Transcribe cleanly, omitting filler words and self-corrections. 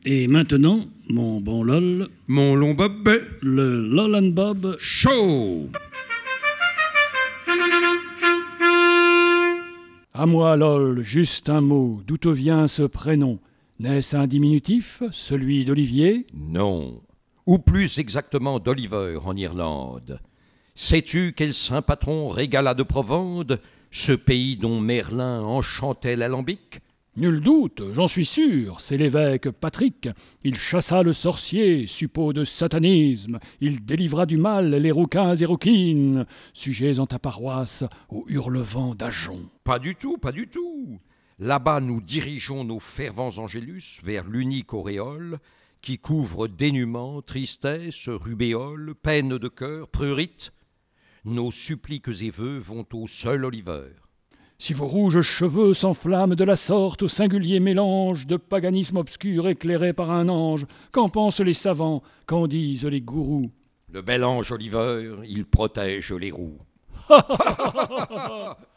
Et maintenant, mon bon Lol, Mon long bob le Lol and Bob. chaud. À moi, Lol, juste un mot. D'où te vient ce prénom? N'est-ce un diminutif, celui d'Olivier? Non, ou plus exactement d'Oliver en Irlande. Sais-tu quel saint patron régala de Provende, ce pays dont Merlin enchantait l'alambic? Nul doute, j'en suis sûr, c'est l'évêque Patrick. Il chassa le sorcier, suppôt de satanisme. Il délivra du mal les rouquins et rouquines, sujets en ta paroisse au hurlevent d'Ajon. Pas du tout, pas du tout. Là-bas, nous dirigeons nos fervents angélus vers l'unique auréole qui couvre dénuement, tristesse, rubéole, peine de cœur, prurite. Nos suppliques et vœux vont au seul Oliver. Si vos rouges cheveux s'enflamment de la sorte au singulier mélange de paganisme obscur éclairé par un ange, qu'en pensent les savants, qu'en disent les gourous? Le bel ange Oliver, il protège les roues.